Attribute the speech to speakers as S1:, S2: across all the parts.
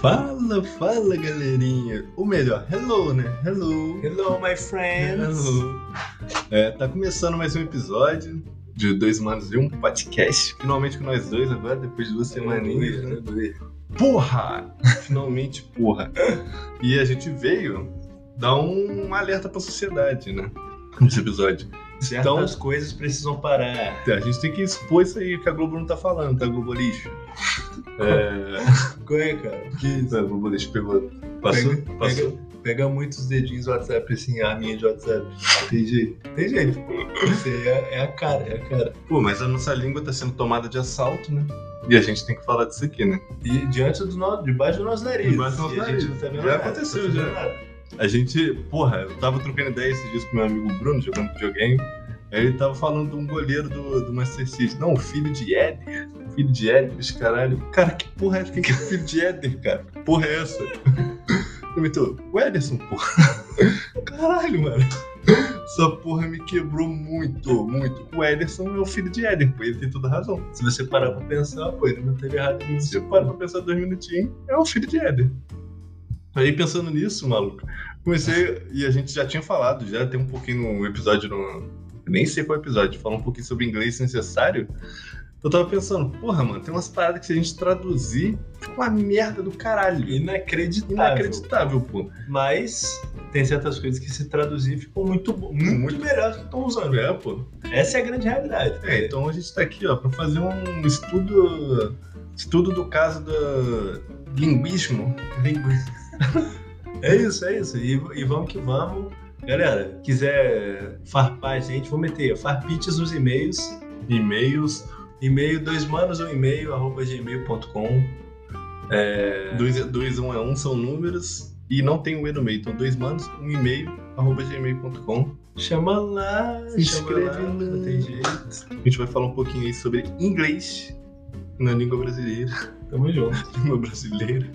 S1: Fala, galerinha. Ou melhor, hello, né? Hello.
S2: Hello, my friends.
S1: Hello. Tá começando mais um episódio de Dois Manos e um Podcast. Finalmente com nós dois agora, depois de 2 semaninhas, né? Porra! Finalmente, porra. E a gente veio dar um alerta pra sociedade, né? Nesse episódio.
S2: Certas coisas precisam parar.
S1: A gente tem que expor isso aí que a Globo não tá falando, tá, Globo lixo?
S2: Qual é, cara? Que isso?
S1: A Globo lixo pegou. Passou.
S2: Pega muitos dedinhos do WhatsApp, assim, a minha de WhatsApp. Tem jeito. Isso aí é a cara.
S1: Pô, mas a nossa língua tá sendo tomada de assalto, né? E a gente tem que falar disso aqui, né?
S2: E debaixo do nosso nariz.
S1: Debaixo do nosso nariz.
S2: A gente não tá vendo
S1: Já
S2: nada,
S1: aconteceu,
S2: tá
S1: já.
S2: vendo nada.
S1: A gente, porra, eu tava trocando ideia esses dias com meu amigo Bruno, jogando videogame. Aí ele tava falando de um goleiro do Manchester City. Não, o filho de Éder. Filho de Éder, esse caralho. Cara, que porra é essa? Quem que é o filho de Éder, cara? Que porra é essa? Eu me tô, o Ederson, porra. Caralho, mano. Essa porra me quebrou muito. O Ederson é o filho de Éder, pô. Ele tem toda a razão.
S2: Se você parar pra pensar, pô, ele não teve errado nisso.
S1: Se você parar pra pensar 2 minutinhos, é o filho de Éder. Aí pensando nisso, maluco, comecei, e a gente já tinha falado, já tem um pouquinho no episódio, nem sei qual episódio, falar um pouquinho sobre inglês necessário. Eu tava pensando, porra, mano, tem umas paradas que se a gente traduzir, fica uma merda do caralho. Inacreditável, pô.
S2: Mas tem certas coisas que se traduzir ficam muito melhores que estão usando.
S1: É, pô.
S2: Essa é a grande realidade.
S1: Então a gente tá aqui, ó, pra fazer um estudo do caso do linguismo.
S2: É isso. E vamos que vamos. Galera, quiser farpar a gente, vou meter farpites nos e-mails. E-mail 2manos1e-mail@gmail.com.
S1: 2 1 é 1 são números e não tem o E no meio. Então 2manos1e-mail@gmail.com.
S2: Chama lá,
S1: se inscreve lá,
S2: não tem jeito.
S1: A gente vai falar um pouquinho aí sobre inglês na língua brasileira.
S2: Tamo junto.
S1: Língua brasileira.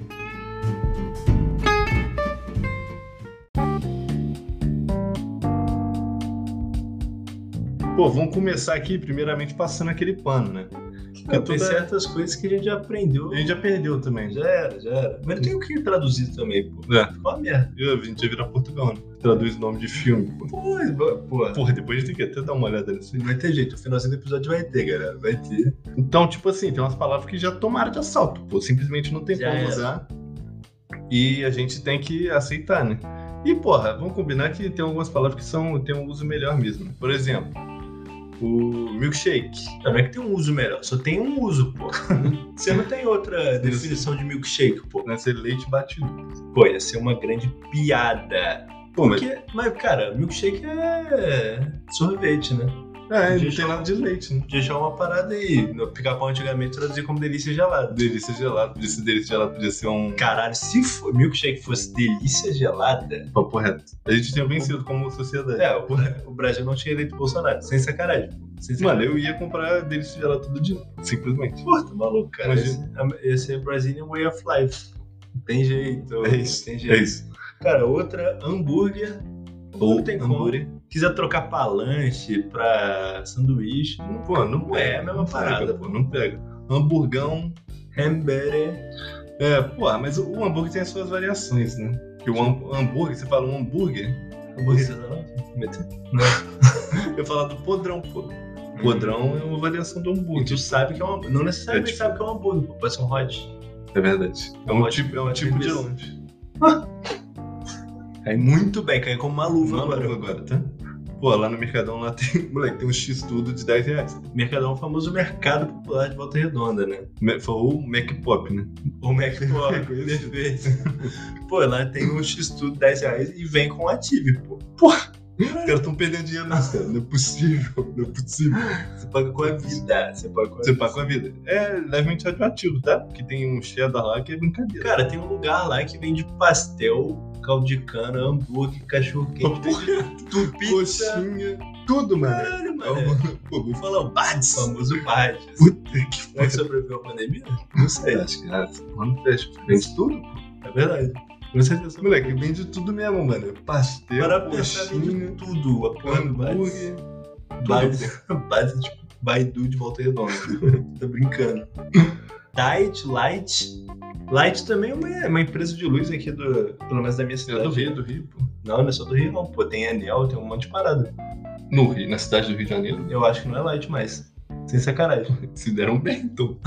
S1: Pô, vamos começar aqui, primeiramente, passando aquele pano, né?
S2: Tem certas coisas que a gente já aprendeu.
S1: A gente já perdeu também.
S2: Já era. Mas tem o que traduzir também, pô. Ficou uma merda.
S1: A gente ia virar Portugal, né? Traduz o nome de filme, pô. Porra, depois a gente tem que até dar uma olhada nisso.
S2: Não vai ter jeito, o finalzinho do episódio vai ter, galera. Vai ter.
S1: Então, tipo assim, tem umas palavras que já tomaram de assalto, pô. Simplesmente não tem como usar. E a gente tem que aceitar, né? E, porra, vamos combinar que tem algumas palavras que tem um uso melhor mesmo. Por exemplo, o milkshake.
S2: Não é que tem um uso melhor, só tem um uso, pô. Você não tem outra definição de milkshake, pô.
S1: Vai ser leite batido.
S2: Pô, ia ser uma grande piada. Mas, cara, milkshake é sorvete, né?
S1: Não tem nada de leite, né?
S2: Deixar uma parada aí. No Pica-Pau antigamente traduzia como delícia gelada.
S1: Delícia gelada. Delícia gelada podia ser um...
S2: Caralho, se milkshake fosse delícia gelada...
S1: Papo reto. A gente tinha vencido como sociedade.
S2: O Brasil não tinha eleito Bolsonaro. Sem sacanagem.
S1: Mano, eu ia comprar delícia gelada todo dia. Simplesmente.
S2: Pô, tá maluco, cara. Esse é Brazilian Way of Life. Tem jeito.
S1: É isso.
S2: Cara, outra, hambúrguer. Ou tem hambúrguer. Quiser trocar pra lanche, pra sanduíche, não é a mesma parada.
S1: Pô, não pega. Hamburgão.
S2: Hambúrguer.
S1: Mas o hambúrguer tem as suas variações, né? Porque o hambúrguer, você fala um hambúrguer.
S2: Hambúrguer
S1: não. Eu falo do podrão, pô. Podrão é uma variação do hambúrguer.
S2: E tu sabe que é um hambúrguer. Não necessariamente sabe que é um hambúrguer, pô. Pode ser um hot.
S1: É verdade. É um tipo de lanche.
S2: Cai muito bem, cai como uma luva
S1: agora, tá? Pô, lá no Mercadão, lá tem um X-Tudo de R$10.
S2: Mercadão é o famoso mercado popular de Volta Redonda, né?
S1: Foi o Mac Pop, né?
S2: O Mac Pop, perfeito. Pô, lá tem um X-Tudo de R$10 e vem com Active, pô.
S1: Porra! Os caras estão perdendo dinheiro nisso, cara. Não é possível.
S2: Você paga com a vida.
S1: Você paga com a vida. É levemente radioativo, tá? Porque tem um cheddar lá que é brincadeira.
S2: Cara, tem um lugar lá que vende pastel, caldo de cana, hambúrguer, cachorro-quente,
S1: coxinha, tudo, mano.
S2: Caralho, mano.
S1: Pô, vou falar o Bardes.
S2: O famoso Bardes.
S1: Puta que
S2: Como é que sobreviveu a pandemia?
S1: Não sei. Acho que não fecha. Vende tudo, pô.
S2: É verdade.
S1: Com certeza. Moleque, vende tudo mesmo, mano. Pastel,
S2: coxinha, tudo.
S1: Hambúrguer.
S2: Base tipo Baidu de Volta Redonda. Tá brincando. Diet, Light também é uma empresa de luz aqui pelo menos da minha cidade.
S1: É do Rio, pô.
S2: Não é só do Rio não, pô. Tem Enel, tem um monte de parada.
S1: No Rio, na cidade do Rio de Janeiro.
S2: Eu acho que não é Light mais. Sem sacanagem.
S1: Se deram bem, então.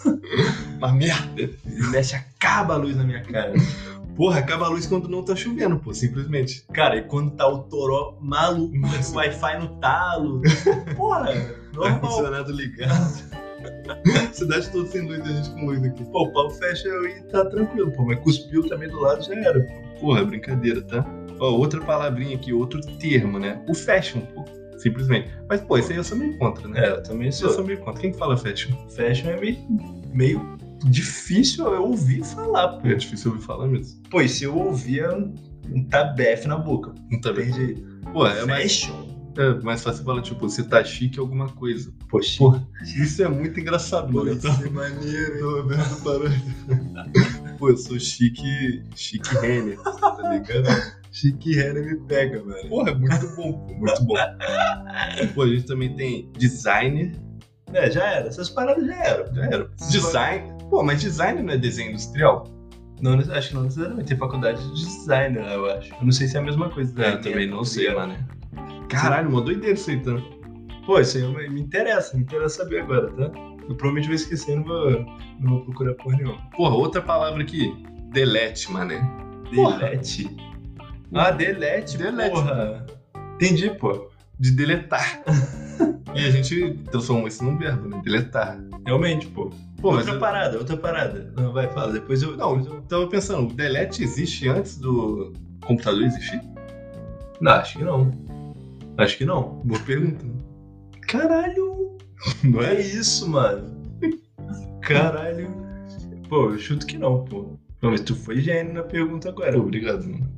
S1: Mas merda.
S2: Ele mexe, acaba a luz na minha cara.
S1: Porra, acaba a luz quando não tá chovendo, pô, simplesmente.
S2: Cara, e quando tá o toró maluco, o Wi-Fi no talo. Porra, normal.
S1: Ar-condicionado ligado. Cidade toda sem luz, a gente com luz aqui.
S2: Pô, o pau fecha e tá tranquilo, pô. Mas cuspiu também do lado, já era, pô.
S1: Porra, brincadeira, tá? Ó, outra palavrinha aqui, outro termo, né? O fashion, pô. Simplesmente. Mas, pô, isso aí eu sou meio contra, né?
S2: Eu também
S1: Eu
S2: sou.
S1: sou meio contra. Quem que fala fashion?
S2: Fashion é meio difícil eu ouvir falar, pô.
S1: É difícil ouvir falar mesmo.
S2: Pô, e se eu ouvir é um tabefe na boca.
S1: Não tá bem.
S2: Tem jeito.
S1: Pô, é mais,
S2: Fashion?
S1: mais fácil falar, tipo, você tá chique alguma coisa.
S2: Poxa.
S1: Porra, isso é muito engraçado, mano. Eu tô
S2: maneiro.
S1: tô vendo parando. Pô, eu sou chique Renner, tá ligado?
S2: Chique Renner me pega, mano.
S1: Porra, é muito bom, pô, muito bom. Pô, a gente também tem designer.
S2: É, já era. Essas paradas já eram.
S1: Já era. Design. Pô, mas design não é desenho industrial?
S2: Não, acho que não necessariamente. Tem faculdade de design, né, eu acho. Eu não sei se é a mesma coisa.
S1: Eu também não sei, mano. Caralho, mó doideira isso aí, tá?
S2: Pô, isso aí me interessa saber agora, tá? Eu provavelmente vou esquecer, não vou procurar porra nenhuma.
S1: Porra, outra palavra aqui. Delete, mané.
S2: Delete? Ah, delete, porra. Entendi, pô.
S1: De deletar. E a gente transformou isso num verbo, né? Deletar.
S2: Realmente, pô.
S1: Pô,
S2: outra parada. Não, vai, fala. Depois eu
S1: tava pensando, o delete existe antes do computador existir?
S2: Não, acho que não.
S1: Boa pergunta.
S2: Caralho.
S1: Não
S2: É isso, mano. Caralho. Pô, eu chuto que não, pô. Não, mas tu foi gênio na pergunta agora.
S1: Pô, obrigado, mano.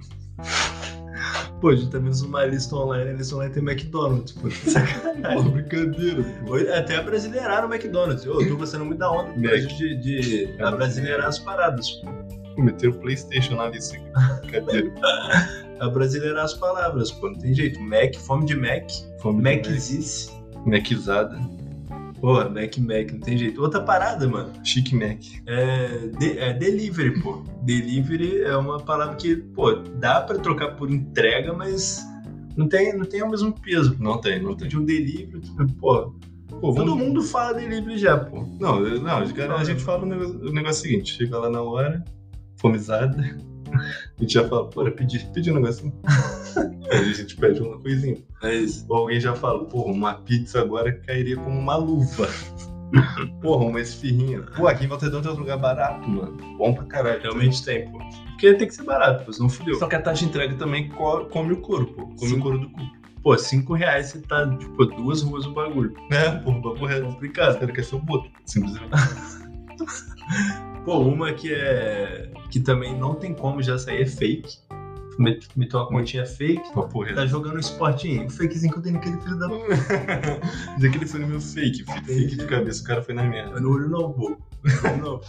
S2: Pô, a gente tá vendo uma lista online, a lista online tem McDonald's, pô. Sacanagem.
S1: Pô, brincadeira, pô.
S2: Até abrasileiraram o McDonald's. Eu tô gostando muito da onda de abrasileirar as paradas, pô.
S1: Meteram o PlayStation na lista aqui. Brincadeira.
S2: Abrasileirar as palavras, pô. Não tem jeito. Mac, fome de Mac. Maczice.
S1: Macizada.
S2: Porra, Mac, não tem jeito. Outra parada, mano.
S1: Chique Mac.
S2: É delivery, pô. Delivery é uma palavra que, pô, dá pra trocar por entrega, mas não tem o mesmo peso.
S1: Não tem.
S2: De um delivery, pô. Todo mundo fala delivery já, pô.
S1: Não, a gente fala o negócio seguinte. Chega lá na hora, fomizada. A gente já fala, porra, pedi um negocinho. Aí a gente pede uma coisinha.
S2: É isso.
S1: Ou alguém já fala, porra, uma pizza agora cairia como uma luva. Porra, uma esfirrinha. Pô, aqui em Volta Redonda tem um lugar barato, mano. Bom pra caralho.
S2: Realmente tem, pô. Porque tem que ser barato, pô, senão fudeu.
S1: Só que a taxa de entrega também come o couro, pô. Come o couro do cu.
S2: Pô, R$5 você tá, tipo, 2 ruas no bagulho.
S1: Porra, é complicado. Os caras querem ser o boto, simplesmente.
S2: Pô, uma que também não tem como já sair é fake. Meteu uma continha fake.
S1: Pô, porra.
S2: Tá jogando um esportinho. O fakezinho que eu tenho naquele filho da...
S1: Dizer que ele foi no meu fake, filho. Fake de cabeça, o cara foi na merda.
S2: Eu não olho não, pô. Não.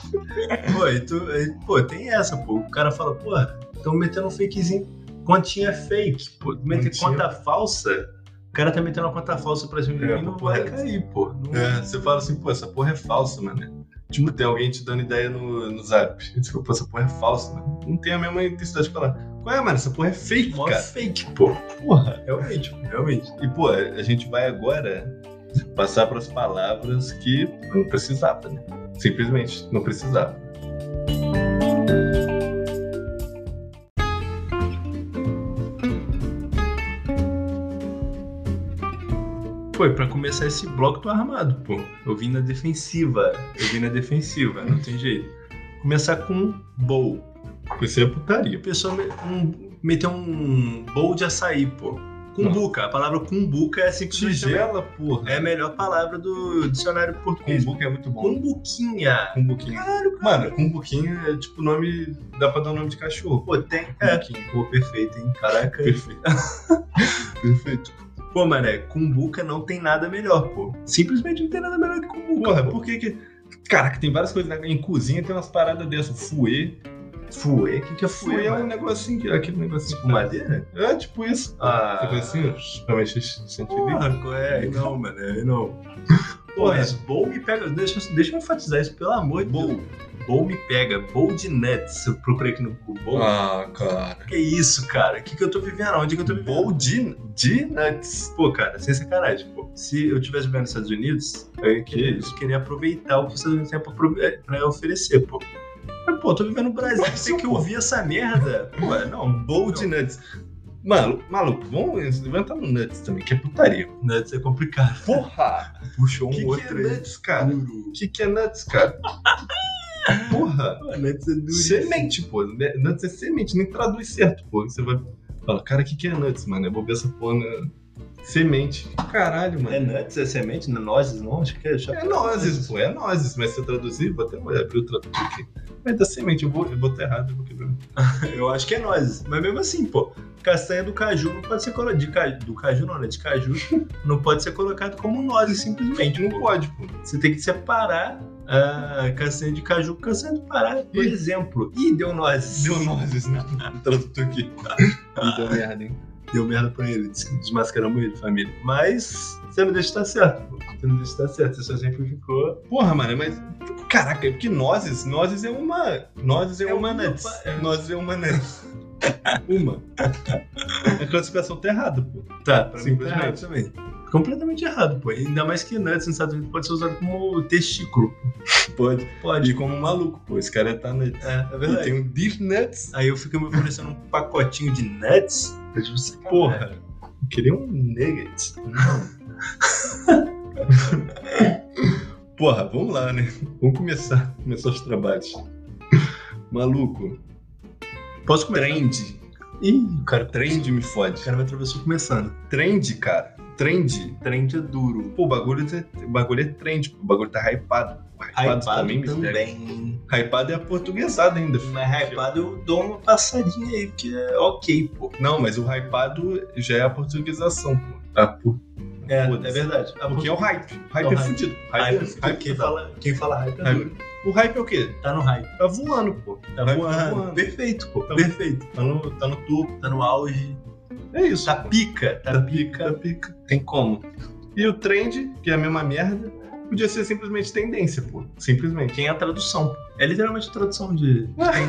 S2: Pô, tem essa, pô. O cara fala, porra, tão metendo um fakezinho. Continha fake, pô. Meter conta falsa. O cara tá metendo uma conta falsa pra cima de mim, não vai cair, pô. Não...
S1: você fala assim, pô, essa porra é falsa, mano. Tipo, tem alguém te dando ideia no zap. Você fala, pô, essa porra é falsa, mano. Não tem a mesma intensidade de falar. Qual é, mano? Essa porra é fake,
S2: Mó
S1: cara.
S2: fake, pô. Porra, realmente.
S1: E, pô, a gente vai agora passar pras palavras que não precisava, né? Simplesmente não precisava.
S2: Pô, e pra começar esse bloco, tô armado, pô. Eu vim na defensiva, não tem jeito. Começar com bowl.
S1: Isso é putaria.
S2: A pessoa meteu um bowl de açaí, pô. Cumbuca. A palavra cumbuca é simplesmente...
S1: Tigela, porra.
S2: É a melhor palavra do dicionário português.
S1: Cumbuca é muito bom.
S2: Cumbuquinha.
S1: Caralho, cara. Mano, cumbuquinha é tipo nome... Dá pra dar nome de cachorro.
S2: Pô, tem... Pô, perfeito, hein? Caraca.
S1: Perfeito. Perfeito.
S2: Pô, mané, cumbuca não tem nada melhor, pô. Simplesmente não tem nada melhor que cumbuca.
S1: Porra, por que... Caraca, tem várias coisas, né? Em cozinha tem umas paradas dessas. Fouet.
S2: Fouet? O que é fouet?
S1: Fouet é um negocinho, aquele negocinho.
S2: Tipo madeira?
S1: É, tipo isso. Negocinho pra mexer chantilly.
S2: Porra, não, mano, não. Pô, mas bowl me pega. Deixa eu enfatizar isso, pelo amor de Deus. Bowl me pega. Bowl de nuts. Eu procurei aqui no Google. Bowl.
S1: Ah, cara.
S2: Que isso, cara? O que eu tô vivendo? Onde que eu tô vivendo?
S1: Bowl de nuts.
S2: Pô, cara, sem sacanagem, pô. Se eu tivesse vivendo nos Estados Unidos, eu queria aproveitar o que os Estados Unidos tem pra oferecer, pô. Mas, pô, tô vivendo no Brasil, tem que ouvir essa merda. Pô, não,
S1: Bowl de nuts. Mano, maluco, vamos inventar no nuts também, que é putaria.
S2: nuts é complicado.
S1: Porra!
S2: Puxou um
S1: Que
S2: outro
S1: é
S2: aí.
S1: nuts, cara?
S2: Duro.
S1: O que é nuts, cara? Porra!
S2: Pô, nuts é duro.
S1: Semente, pô. Nuts é semente, nem traduz certo, pô. Você vai falar, cara, o que é nuts, mano? Eu vou ver essa porra na semente. Caralho, mano.
S2: É nuts, é semente? Não é nozes, não? Acho que é.
S1: É nozes, pô, é nozes. Mas se eu traduzir, vou até abrir o tradutor aqui. Mas da semente, eu vou estar errado, eu vou quebrar.
S2: Eu acho que é nozes. Mas mesmo assim, pô, castanha do caju não pode ser colocado. Do caju não, né? De caju não pode ser colocado como nozes simplesmente.
S1: Não
S2: pô.
S1: pode, pô.
S2: Você tem que separar a castanha de caju com castanha do Pará, por exemplo. Ih, deu nozes.
S1: Deu nozes, né? O tradutor aqui. Deu merda, hein?
S2: Deu merda pra ele, desmascaramos ele, família. Mas você não deixa estar certo, pô. Você não deixa estar certo, você só simplificou.
S1: Porra, mano, mas. Caraca, é porque nozes é uma. Nozes é uma nuts. Nozes é uma nuts. Uma. A classificação tá errada, pô.
S2: Tá, pra mim tá
S1: Simplesmente.
S2: errado também. Completamente errado, pô. Ainda mais que nuts nos Estados Unidos pode ser usado como testículo.
S1: Pode.
S2: Pode.
S1: E como um maluco, pô. Esse cara tá nuts.
S2: É
S1: E
S2: verdade.
S1: tem um beef nuts.
S2: Aí eu fico me oferecendo um pacotinho de nuts. Eu digo, sacanagem.
S1: Porra. Eu queria um nugget. Porra, vamos lá, né? Vamos começar os trabalhos. Maluco.
S2: Posso comer?
S1: Trend.
S2: Ih, o cara,
S1: Trend me fode.
S2: o cara me atravessou começando.
S1: Trend, cara. Trend.
S2: Trend é duro.
S1: Pô, o bagulho é trend. Pô. O bagulho tá hypado.
S2: Hypado
S1: também me pega.
S2: também.
S1: Hypado é aportuguesada ainda.
S2: Mas hypado eu dou uma passadinha aí, porque é ok, pô.
S1: Não, mas o hypado já é a portuguesação, pô.
S2: É
S1: Foda-se.
S2: verdade.
S1: Porque é o hype. Hype
S2: É o
S1: é
S2: hype.
S1: fudido.
S2: Hype, quem fala hype é duro.
S1: O hype é o quê?
S2: Tá no hype.
S1: Tá voando, pô.
S2: Tá
S1: Hype
S2: voando. Perfeito, pô.
S1: Tá-
S2: Perfeito.
S1: Tá no topo.
S2: Tá no auge.
S1: É isso.
S2: Tá pica. Tá pica.
S1: Tá pica. Tem como. E o trend, que é a mesma merda, podia ser simplesmente tendência, pô. Simplesmente.
S2: Quem é a tradução? É literalmente tradução de.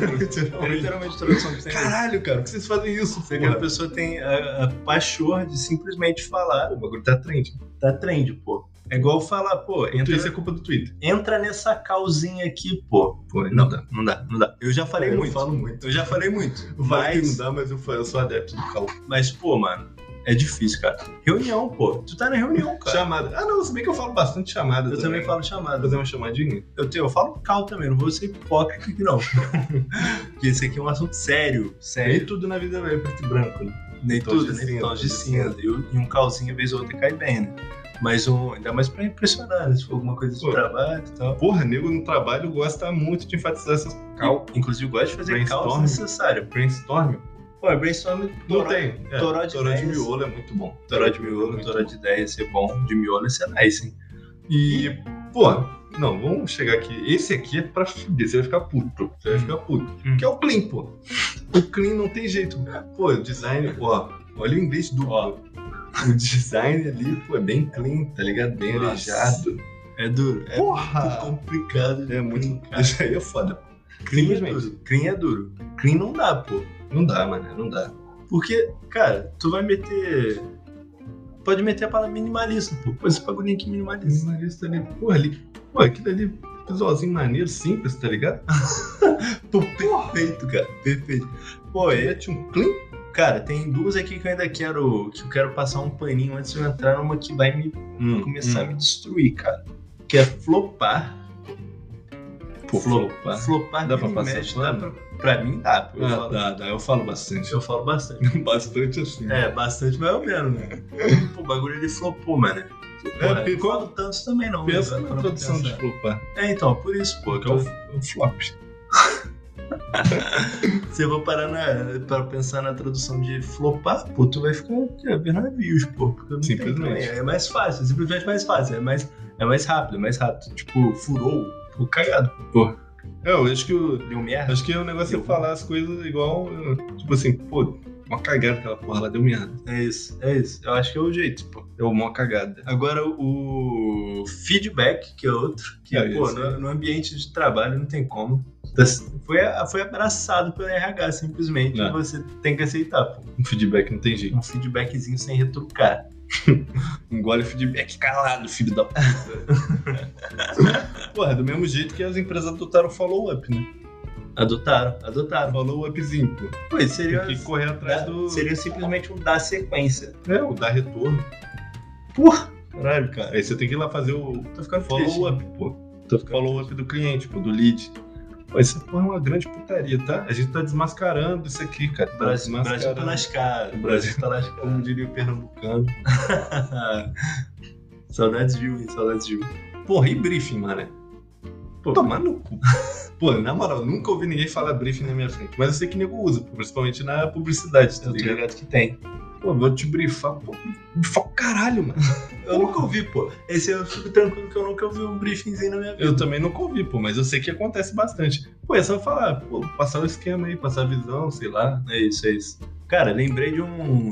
S2: É literalmente tradução de tendência.
S1: Caralho, cara, por que vocês fazem isso?
S2: Porque a pessoa tem a pachorra de simplesmente falar,
S1: Pô, o bagulho tá trend.
S2: tá trend, pô. É igual falar, pô,
S1: Isso é culpa do Twitter.
S2: entra nessa calzinha aqui, pô.
S1: Pô,
S2: Não dá. Eu já falei muito.
S1: Eu falo muito.
S2: Eu já falei muito.
S1: Eu falo que não
S2: Mas,
S1: dá, mas eu sou adepto do cal.
S2: pô, mano, é difícil, cara. Reunião, pô. Tu tá na reunião, cara.
S1: Chamada. Ah, não, se bem que eu falo bastante chamada.
S2: Eu também falo chamada.
S1: Fazer uma chamadinha?
S2: Eu falo cal também, não vou ser hipócrita aqui, não. Porque esse aqui é um assunto sério.
S1: Nem
S2: Sério.
S1: tudo na vida é preto e branco, né?
S2: Nem
S1: tons
S2: tudo,
S1: de
S2: nem
S1: cinza,
S2: tons de
S1: de
S2: cinza. E um calzinho, vez ou outra, cai bem, né? Mas ainda mais pra impressionar, né? Se for alguma coisa de
S1: Pô.
S2: trabalho e tal.
S1: Porra, nego no trabalho gosta muito de enfatizar essas cal.
S2: Inclusive, gosto de fazer
S1: Brainstorm.
S2: cal necessário.
S1: Brainstorm.
S2: Pô, brainstorm
S1: Não tem.
S2: toró de
S1: Toró de
S2: ideias.
S1: miolo é muito bom.
S2: Toró de miolo, toró de ideia ia ser bom. De miolo ia ser nice, hein?
S1: E, pô, não, vamos chegar aqui. Esse aqui é pra fuder, você vai ficar puto. Você vai ficar puto. Que é o clean, pô. O clean não tem jeito. Pô, o design, ó, olha o inglês do
S2: Ó.
S1: O design ali, pô, é bem clean, tá ligado? Bem
S2: Nossa.
S1: arejado.
S2: É duro. É
S1: Porra!
S2: muito complicado.
S1: É muito.
S2: Cara.
S1: Isso aí é foda.
S2: Clean é
S1: Simplesmente.
S2: duro. Clean é duro. Clean não dá, pô.
S1: Não dá, mano, não dá.
S2: Porque, cara, tu vai meter. Pode meter a palavra minimalista, pô. Pô, esse bagulhinho aqui minimalista.
S1: Minimalista ali, porra, ali. Pô, aquilo ali, visualzinho maneiro, simples, tá ligado?
S2: Pô, perfeito, cara. Perfeito. Pô,
S1: Mete um clean.
S2: cara, tem duas aqui que eu ainda quero. Que eu quero passar um paninho antes de eu entrar numa que vai me começar a me destruir, cara. Que é flopar.
S1: Pô, flopar.
S2: Flopar
S1: Dá pra
S2: vira e
S1: passar
S2: mexe,
S1: pano?
S2: Pra mim dá, pô.
S1: Dá, eu falo bastante.
S2: Eu falo bastante.
S1: Bastante assim.
S2: É, bastante mais ou menos, né? Pô, o bagulho ele flopou, mano.
S1: É, porque
S2: eu não falo tanto também, não.
S1: Pensa
S2: né?
S1: na
S2: Pra
S1: tradução de
S2: pensar.
S1: flopar.
S2: É, então, por isso, pô.
S1: Que é o flop.
S2: Se eu vou parar pra pensar na tradução de flopar, pô, tu vai ficar vendo navios, pô. Porque não tem
S1: Simplesmente.
S2: também. É mais fácil, simplesmente mais fácil. É mais rápido, é mais rápido. Tipo, furou, pô, cagado.
S1: Eu acho que
S2: Deu merda.
S1: o negócio é falar as coisas igual. Tipo assim, pô, Uma cagada aquela porra lá, deu merda.
S2: É isso. Eu acho que é o jeito, pô.
S1: Deu uma cagada.
S2: Agora, o feedback, que é outro, que, pô, no ambiente de trabalho não tem como. Foi abraçado pelo RH, simplesmente.
S1: Não.
S2: Você tem que aceitar, pô.
S1: Um feedback não tem jeito.
S2: Um feedbackzinho sem retrucar.
S1: Engole o feedback calado, filho da puta. Porra, do mesmo jeito que as empresas adotaram o follow-up, né?
S2: Adotaram.
S1: Follow-upzinho, pô.
S2: Pois seria.
S1: Tem que correr atrás do...
S2: Seria simplesmente um dar sequência.
S1: o dar retorno.
S2: Porra!
S1: Caralho, cara. Aí você tem que ir lá fazer o
S2: Tô ficando
S1: follow-up, pô. Follow-up do cliente, pô, do lead. Pô, essa porra é uma grande putaria, tá? A gente tá desmascarando isso aqui, cara.
S2: O Brasil tá lascado.
S1: O Brasil
S2: tá lascado.
S1: Como diria o pernambucano.
S2: Saudades viu, hein? Saudades viu.
S1: Porra, e briefing, mano? Pô, tomar no cu. Pô, na moral, nunca ouvi ninguém falar briefing na minha frente. Mas eu sei que nego usa, pô, principalmente na publicidade, tá
S2: Eu tô ligado que tem.
S1: Pô, vou te briefar. Pô, briefar o caralho, mano.
S2: Eu nunca ouvi, pô. Esse eu fico tranquilo que eu nunca ouvi um briefingzinho na minha vida.
S1: Eu também nunca ouvi, pô, mas eu sei que acontece bastante. Pô, é só falar, pô, passar o esquema aí, passar a visão, sei lá.
S2: É isso. Cara, lembrei de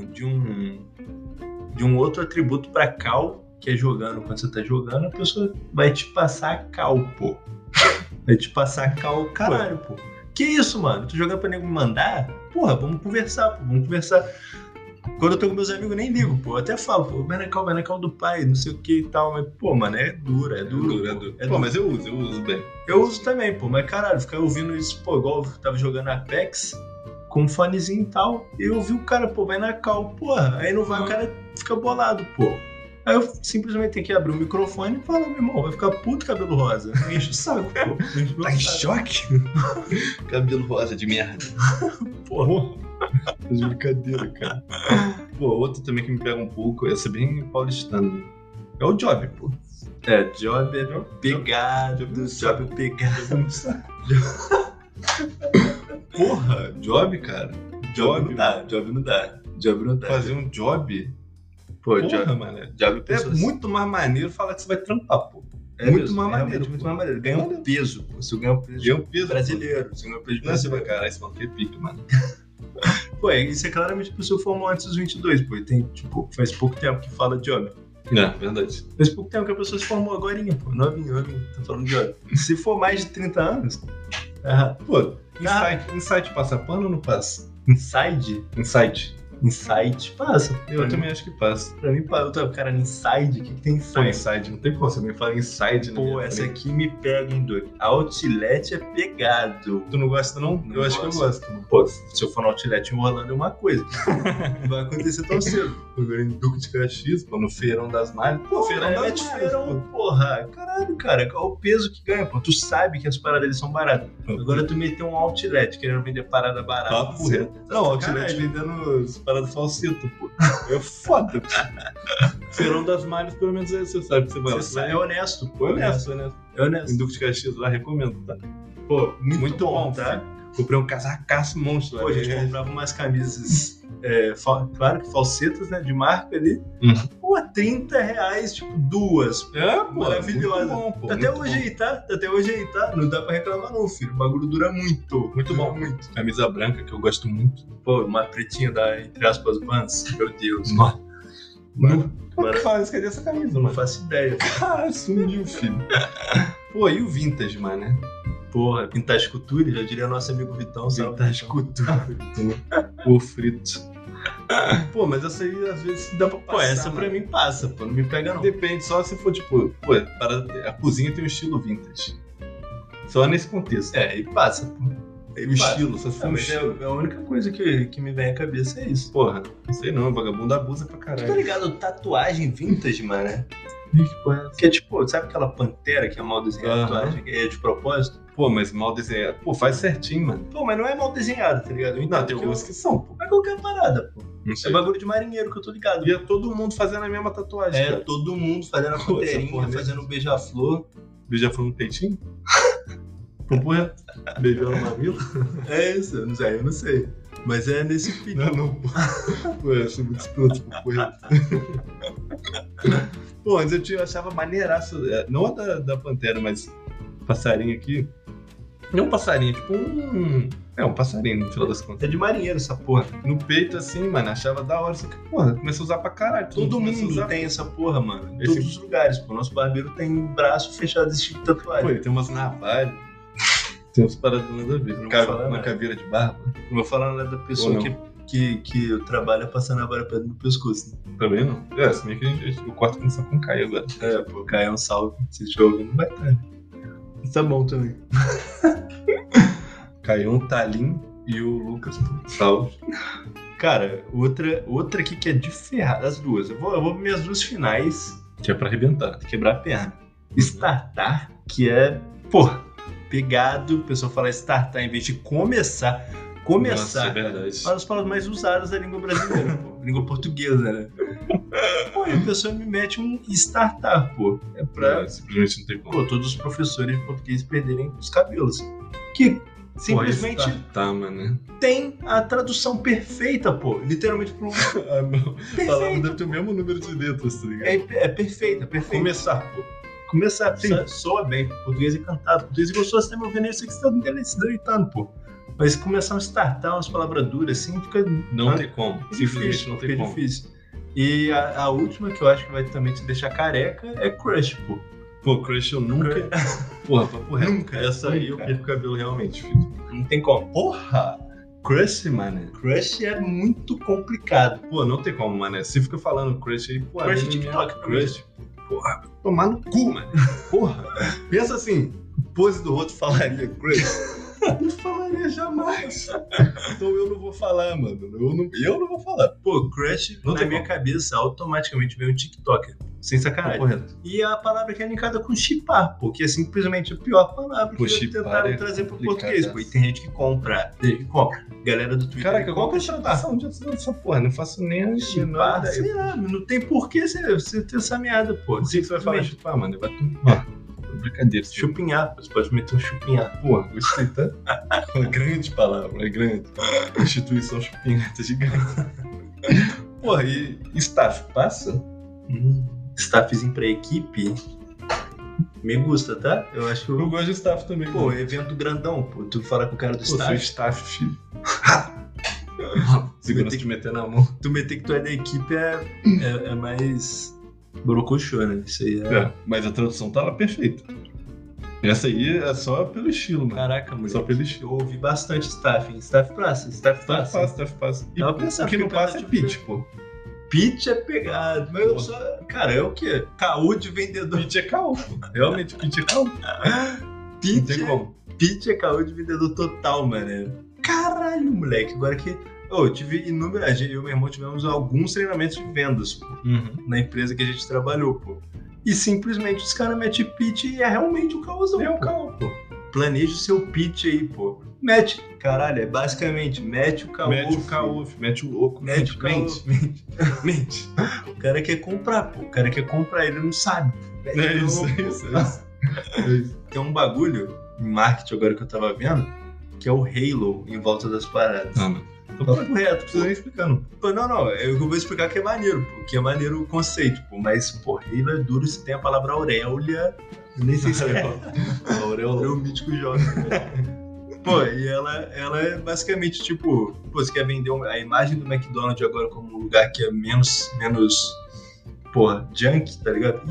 S2: um outro atributo pra cal, que é jogando. Quando você tá jogando, a pessoa vai te passar a cal, pô. Vai te passar a cal, caralho, pô. Que isso, mano? Tu jogando pra nego me mandar? Porra, vamos conversar, pô, vamos conversar. Quando eu tô com meus amigos, eu nem ligo, pô. Eu até falo, pô, vai na cal do pai, não sei o que e tal. Mas, pô, mano, é duro.
S1: Pô, mas eu uso bem.
S2: Eu uso também, pô. Mas, caralho, ficar ouvindo isso, pô, igual eu tava jogando Apex, com um fonezinho e tal. E eu vi o cara, pô, vai na cal, porra. Aí não vai, o cara fica bolado, pô. Aí eu simplesmente tenho que abrir o microfone e falar, meu irmão, vai ficar puto cabelo rosa. Me enche o saco, pô.
S1: Tá em choque? Cabelo rosa de merda.
S2: Porra.
S1: Faz brincadeira, cara. Pô, outro também que me pega um pouco, essa é bem paulistano. É o Job, pô.
S2: É, Job é pegado. Job é pegado.
S1: Porra, Job, cara.
S2: Job não dá.
S1: Fazer um job?
S2: Pô,
S1: porra,
S2: Job,
S1: mano.
S2: Job
S1: É muito mais maneiro falar que você vai trampar, pô.
S2: Muito mais maneiro. Ganha um peso, pô. Se eu ganhar um peso.
S1: Ganha um peso
S2: brasileiro. Se eu ganhar um peso
S1: brasileiro. Caralho, esse maluco é pique, mano.
S2: Pô, isso é claramente pro seu formou antes dos 22, pô. E tem, tipo, faz pouco tempo que fala de Job.
S1: É, verdade.
S2: Faz pouco tempo que a pessoa se formou agorinha, pô. Novinho, tá falando de Job. Se for mais de 30 anos...
S1: Pô, Insight passa pano ou não passa?
S2: Insight passa.
S1: Eu também acho que passa.
S2: Pra mim, cara, Inside, o que tem Inside?
S1: Pô, Inside, não tem como, você me fala Inside.
S2: Pô, essa aqui me pega, hein, doido. Outlet é pegado.
S1: Tu não gosta, não? Eu acho que eu gosto.
S2: Pô, se eu for no Outlet em Orlando é uma coisa. Não vai acontecer tão cedo.
S1: Eu ganhei em Duque de Caxias, pô, no Feirão das Malhas. Pô, Feirão das Malhas.
S2: Feirão, porra. Caralho, cara, qual o peso que ganha, pô? Tu sabe que as paradas deles são baratas. Agora tu meteu um Outlet querendo vender parada barata.
S1: Papo reto. Não, Outlet vendendo paradas falsetas, pô. É foda, pô. Feirão das Malhas, pelo menos você sabe que você vai lá.
S2: Você é honesto, pô.
S1: É honesto. Em Duque de Caxias lá, recomendo, tá?
S2: Pô, muito bom, tá?
S1: Filho. Comprei um casacaço monstro lá.
S2: Pô, a gente comprava umas camisas, claro que falsetas, né, de marca ali. Pô, R$30, tipo, duas.
S1: É, pô.
S2: Maravilhosa.
S1: Muito bom, pô.
S2: Até hoje aí, tá? Não dá pra reclamar não, filho. O bagulho dura muito. Muito bom.
S1: Muito. Camisa branca, que eu gosto muito.
S2: Pô, uma pretinha da, entre aspas, Vans. Meu Deus.
S1: Mano. Como que faz? Cadê essa camisa, mano?
S2: Não faço ideia.
S1: Ah, sumiu, filho. Pô, e o vintage, mano, né?
S2: Porra, Vintage Couture, já diria nosso amigo Vitão.
S1: Vintage Couture. O frito. Pô, mas essa aí às vezes dá pra passar.
S2: Pô, essa pra mim passa, pô. Não me pega não.
S1: Depende, só se for tipo, pô, a cozinha tem um estilo vintage. Só nesse contexto.
S2: E passa, pô.
S1: Estilo, só se for um estilo.
S2: A única coisa que me vem à cabeça é isso.
S1: Porra, não sei não, vagabundo abusa pra caralho.
S2: Tu tá ligado? Tatuagem vintage, mano? Que é tipo, sabe aquela pantera que é mal desenhada, tatuagem, que é de propósito?
S1: Pô, mas mal desenhado. Pô, faz certinho, mano.
S2: Pô, mas não é mal desenhado, tá ligado?
S1: Não, tem alguns que são, pô.
S2: É qualquer parada, pô.
S1: Não sei.
S2: É bagulho de marinheiro que eu tô ligado.
S1: E é todo mundo fazendo a mesma tatuagem, cara.
S2: Todo mundo fazendo a panterinha, fazendo um beija-flor.
S1: Beija-flor no peitinho? Porra, beijando no mamilo?
S2: É isso, eu não sei. Mas é nesse pique.
S1: Não. Pô, eu sou muito escroto, porra. Pô, antes eu achava maneiraço, não a da pantera, mas passarinho aqui. Não um passarinho, tipo um... É, um passarinho, no final das contas.
S2: É de marinheiro essa porra.
S1: No peito, assim, mano, achava da hora. Só que, porra, começou a usar pra caralho.
S2: Todo mundo tem essa porra, mano. Em todos os lugares, pô. Nosso barbeiro tem braço fechado desse tipo de tatuagem.
S1: Pô, ele tem umas navalhas. Tem umas paradas nada a ver.
S2: Não vou falar
S1: Uma
S2: nada.
S1: caveira de barba.
S2: Não vou falar nada da pessoa que trabalha passando a vara pedra no pescoço. Né?
S1: Também não. É, se bem que eu corto começar com o Caio agora.
S2: É, pô, Caio é um salve. Se estiver ouvindo, vai estar. Isso tá bom também.
S1: Caio, Talim e o Lucas. Salve.
S2: Cara, outra aqui que é de ferrar, as duas. Eu vou para minhas duas finais.
S1: Que é pra arrebentar.
S2: Quebrar a perna. Startar, que é, porra, pegado. O pessoal fala startar em vez de começar.
S1: Nossa, é verdade.
S2: Uma das palavras mais usadas da língua brasileira, pô. Língua portuguesa, né? Pô, e a pessoa me mete um startar, pô. É pra,
S1: simplesmente não tem como.
S2: pô, todos os professores de português perderem os cabelos. Que simplesmente
S1: Tá, mano.
S2: tem a tradução perfeita, pô. Literalmente pro...
S1: A palavra deve ter o mesmo número de letras, tá ligado?
S2: É perfeita, perfeita.
S1: Começar, pô.
S2: Começar, soa bem. Português é cantado. Português é gostoso, você tá me ouvindo aí, você que está se deitando, pô. Mas começar a startar umas palavras duras assim, fica...
S1: Não tem como.
S2: Difícil,
S1: Não tem
S2: fica
S1: como.
S2: difícil. E a última que eu acho que vai também te deixar careca é crush, pô.
S1: Pô, crush eu nunca... Porra, papo reto.
S2: Nunca.
S1: Essa aí eu perco o cabelo realmente, filho.
S2: Não tem como.
S1: Porra! Crush, mano.
S2: Crush é muito complicado.
S1: Pô, não tem como, mano. Se fica falando crush aí, pô...
S2: Crush
S1: é
S2: TikTok,
S1: crush. Porra, tomar no cu, mano. Porra. Pensa assim, pose do outro falaria crush. Não falaria jamais. Então eu não vou falar, mano. Eu não vou falar.
S2: Pô, crush,
S1: Não
S2: na
S1: tem
S2: minha
S1: como.
S2: cabeça, automaticamente veio um TikToker. Sem sacanagem.
S1: Correto.
S2: E a palavra que é linkada com chipar, pô, que é simplesmente a pior palavra
S1: Pô,
S2: que
S1: chipar
S2: tentaram
S1: é
S2: trazer pro
S1: complicado.
S2: português, pô. E tem gente que compra. Galera do Twitter.
S1: Caraca, qual que é a
S2: chipar?
S1: tradução dessa porra? Não faço nem a menor
S2: Chipar,
S1: ideia.
S2: sei lá, não tem porquê você ter essa merda, pô.
S1: O que você vai falar
S2: Simplesmente
S1: chupar, mano? Vai tomar. Brincadeira.
S2: chupinhar, você pode meter um chupinhar.
S1: Porra, gostei, tá? Uma grande palavra, é grande. Instituição chupinhata gigante. Porra, e staff passa?
S2: Staffzinho pra equipe. Me gusta, tá? Eu acho que
S1: Eu gosto de staff também.
S2: Pô,
S1: mano.
S2: evento grandão, pô. Tu fala com o cara do
S1: Pô, sou
S2: staff.
S1: staff, filho. Segurança de meter na mão.
S2: Tu meter que tu é da equipe é mais brocochô, né? Isso aí é.
S1: É, mas a tradução tava perfeita. Essa aí é só pelo estilo, mano.
S2: Caraca, moleque.
S1: Só pelo estilo.
S2: Eu ouvi bastante staff, hein? Staff passa, staff passa.
S1: Staff passa. E
S2: Tava pensando
S1: o que não
S2: que
S1: passa é
S2: cada
S1: pitch, pô.
S2: Pitch é pegado. Mas eu só. Cara, é o quê? Caô de vendedor.
S1: Pitch é caô, pô. Realmente, pitch é caô. Não
S2: Pitch
S1: tem como.
S2: Pitch é caô de vendedor total, mano. Caralho, moleque. Agora que. Eu tive inúmeras. Eu e meu irmão tivemos alguns treinamentos de vendas, pô. Na empresa que a gente trabalhou, pô. E simplesmente os caras metem pitch e é realmente um caôzão.
S1: É um
S2: pô.
S1: caô, pô.
S2: Planeja o seu pitch aí, pô. Mete. Caralho, é basicamente, mete o caô.
S1: Mete o
S2: filho.
S1: caô, mete o oco.
S2: Mete o caô.
S1: Mente.
S2: Mente. O cara quer comprar, pô. O cara quer comprar, ele não sabe. Mete
S1: É
S2: o
S1: isso,
S2: caô,
S1: é
S2: pô.
S1: isso, é isso. É isso.
S2: Tem um bagulho em marketing agora que eu tava vendo, que é o halo em volta das paradas.
S1: Ah, não.
S2: Tô correto,
S1: Precisa nem explicando.
S2: pô. Não, eu vou explicar que é maneiro, pô. Que é maneiro o conceito, pô. Mas, pô, halo é duro se tem a palavra auréolia. Eu nem sei se é. É o mítico jovem. Pô, e ela é basicamente tipo, pô, você quer vender a imagem do McDonald's agora como um lugar que é menos porra, junk, tá ligado?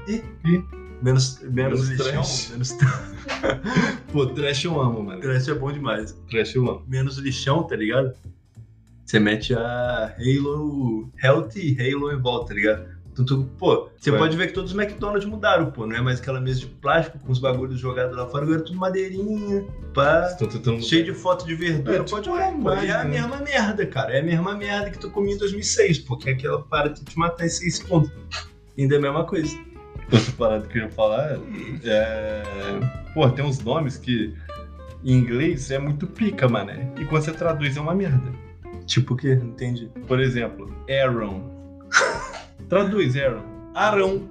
S2: Menos lixão,
S1: trash.
S2: menos
S1: Pô, trash eu amo, mano.
S2: trash é bom demais.
S1: Trash eu amo.
S2: Menos lixão, tá ligado? Você mete a Halo Healthy Halo em volta, tá ligado? Então, pô, você
S1: Ué.
S2: pode ver que todos os McDonald's mudaram, pô. Não é mais aquela mesa de plástico com os bagulhos jogados lá fora, agora é tudo madeirinha, pá.
S1: Estão tentando.
S2: Cheio de foto de verdura,
S1: É,
S2: pode
S1: tipo,
S2: olhar, pô.
S1: imagem,
S2: É a
S1: né?
S2: mesma merda, cara. É a mesma merda que tu comia em 2006, porque aquela parada de te matar em 6 segundos. Ainda é a mesma coisa.
S1: Outra parada que eu ia falar é. Pô, tem uns nomes que em inglês é muito pica, mané. E quando você traduz é uma merda.
S2: Tipo o quê? Não entendi.
S1: Por exemplo, Aaron. Traduz, Aaron. Arão.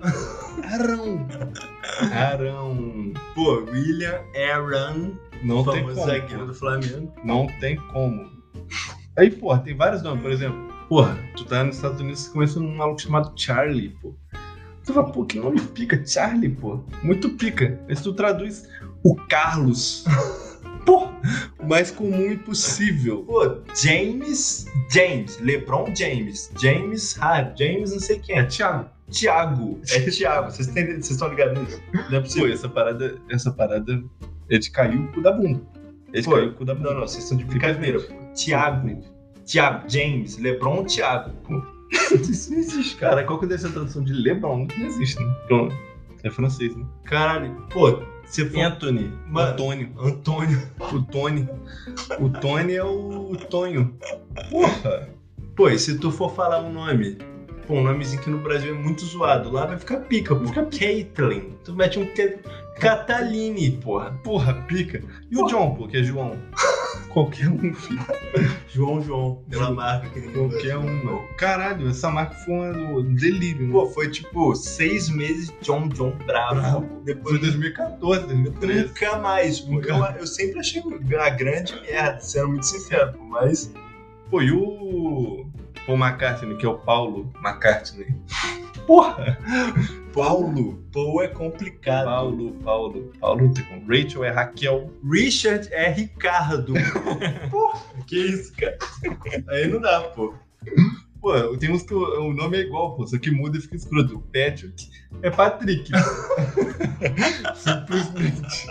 S1: Arão.
S2: Pô, William Aaron,
S1: Não tem
S2: famoso
S1: como.
S2: zagueiro
S1: Pô.
S2: do Flamengo.
S1: Não tem como. Aí, porra, tem vários nomes. Por exemplo, porra, tu tá nos Estados Unidos e começa num maluco chamado Charlie, pô. Tu fala, pô, que nome pica, Charlie, pô. Muito pica. Aí tu traduz o Carlos. Porra, o mais comum impossível.
S2: Pô, James, LeBron James, James não sei quem
S1: É Thiago.
S2: Thiago, vocês estão ligados nisso? Não é
S1: Pô,
S2: possível.
S1: essa parada é de cair o cu da bunda. É de
S2: Pô,
S1: cair o cu da bunda.
S2: Não, vocês estão de brincadeira. Thiago, James, LeBron, Thiago. Pô.
S1: Isso não existe, cara. Qual que deve ser a tradução de LeBron? Não existe, né? Pronto. É francês, né?
S2: Caralho, pô, você foi...
S1: Anthony.
S2: Antônio.
S1: O Tony. O Tony é o Tonho. Porra.
S2: Pô, e se tu for falar um nome, pô, um nomezinho que no Brasil é muito zoado, lá vai ficar pica, pô. Fica Caitlyn. Tu mete um Cataline, porra.
S1: Porra, pica. E o John, pô, que é João? Qualquer um, filho.
S2: João, pela marca que ninguém
S1: Qualquer um, mano. Caralho, essa marca foi um delírio, né?
S2: Pô, foi tipo 6 meses John Bravo.
S1: Depois de 2014, 2013.
S2: Nunca mais, pô. Eu sempre achei uma grande merda, sendo muito sincero, pô, mas...
S1: Pô, e o Paul McCartney, que é o Paulo McCartney?
S2: Porra! Paul é complicado.
S1: Paulo não tem como. Rachel é Raquel.
S2: Richard é Ricardo. Porra, que isso, cara? Aí não dá, pô.
S1: Pô, tem uns que o nome é igual, pô, só que muda e fica escroto. Patrick é Patrick. Simplesmente.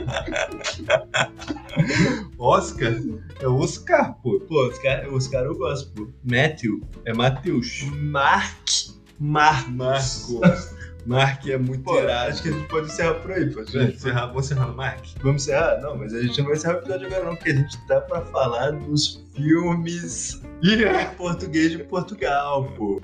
S1: Oscar é Oscar, pô.
S2: Pô, Oscar eu gosto, pô.
S1: Matthew é Matheus.
S2: Marcos.
S1: Mark é muito
S2: Pô,
S1: irado.
S2: acho que a gente pode encerrar por aí, pô.
S1: Vamos encerrar no Mark?
S2: Vamos encerrar? Não, mas a gente não vai encerrar o episódio agora não, porque a gente tá pra falar dos filmes em português de Portugal, pô.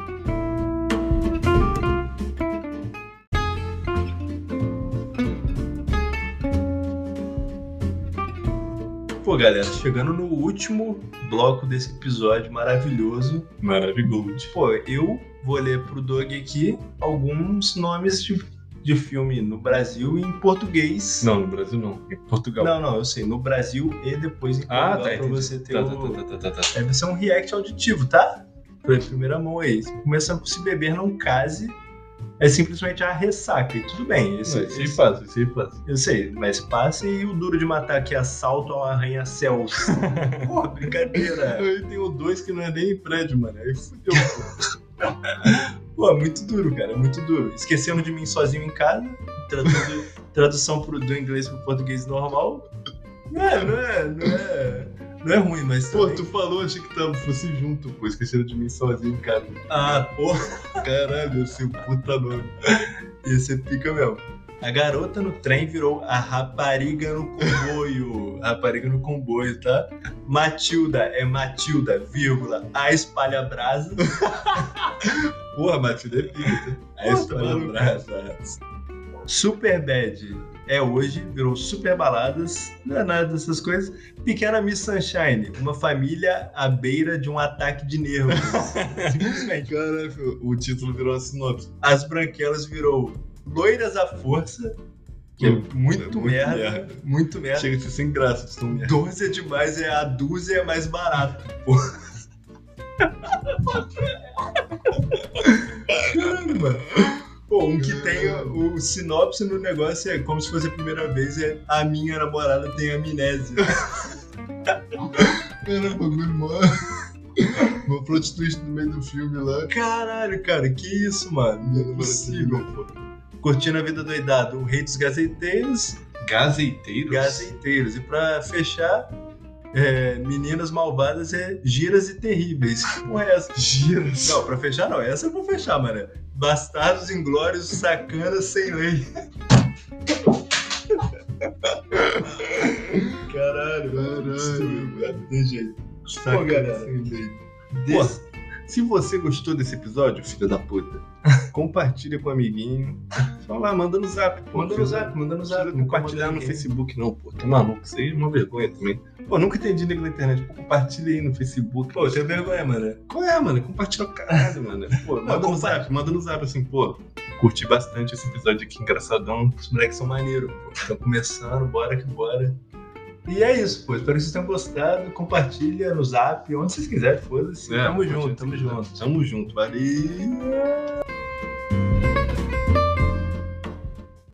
S2: Pô, galera, chegando no último bloco desse episódio maravilhoso.
S1: Maravilhoso.
S2: Pô, eu vou ler pro Doug aqui alguns nomes de filme no Brasil e em português.
S1: Não, no Brasil não. Em Portugal.
S2: Não, eu sei. No Brasil e depois em Portugal, pra
S1: entendi.
S2: você ter
S1: Tá.
S2: Aí vai ser um react auditivo, tá? Foi a primeira mão aí. Começando com Se Beber Não Case, é simplesmente a ressaca. E tudo bem.
S1: Isso aí passa.
S2: Eu sei, mas passe e o Duro de Matar, que é Assalto ao Arranha-Céus. Porra, brincadeira.
S1: Aí tem o 2 que não é nem prédio, mano. Aí fudeu, pô.
S2: Pô, muito duro, cara, muito duro. Esquecendo de Mim Sozinho em Casa, tradução do inglês pro português normal. Não é ruim, mas
S1: Pô,
S2: também...
S1: tu falou, achei que fosse junto, pô. Esqueceram de mim sozinho, cara.
S2: Ah, porra.
S1: Caralho, esse puta nome.
S2: Esse pica mesmo. A garota no trem virou a rapariga no comboio. Rapariga no comboio, tá? Matilda é Matilda, vírgula, a espalha-brasa.
S1: Porra, Matilda é pica, tá?
S2: A espalha-brasa. Superbad é hoje, virou Super Baladas. Não é nada dessas coisas. Pequena Miss Sunshine, uma família à beira de um ataque de nervos. Simplesmente.
S1: Caralho, o título virou a sinopse.
S2: As Branquelas virou Loiras à Força, que é muito merda. Muito merda.
S1: Chega a ser sem graça de tão merda.
S2: 12 é demais, a dúzia é mais barato, pô. Caramba. Pô, um que tem o sinopse no negócio é como se fosse a primeira vez, é a minha namorada tem amnésia.
S1: Caramba, bagulho mano. Uma plot twist no meio do filme lá.
S2: Caralho, cara, que isso, mano? Não é possível, pô. Curtindo a Vida Doidado, o Rei dos Gazeteiros.
S1: Gazeteiros?
S2: E pra fechar, Meninas Malvadas é Giras e Terríveis. Porra, é essa?
S1: Giras?
S2: Não, pra fechar não. Essa eu vou fechar, mano. Bastardos Inglórios, Sacanas Sem Lei. Caralho. Tem jeito. Pô, galera.
S1: Pô, se você gostou desse episódio, filho da puta, compartilha com o amiguinho. Só lá, manda no zap, pô.
S2: Manda no zap.
S1: Não compartilhar no Facebook, não, pô. Tá maluco? Isso aí é uma vergonha também. Pô, nunca entendi nego na internet. Pô, compartilha aí no Facebook.
S2: Pô, eu tenho vergonha, mano.
S1: Qual é, mano? Compartilha o caralho, mano. Pô, manda no zap assim, pô. Curti bastante esse episódio aqui, engraçadão.
S2: Os moleques são maneiros, pô. Estão começando, bora que bora. E é isso, pô. Espero que vocês tenham gostado. Compartilha no zap, onde vocês quiserem, foda-se. Tamo junto.
S1: Tamo junto, valeu.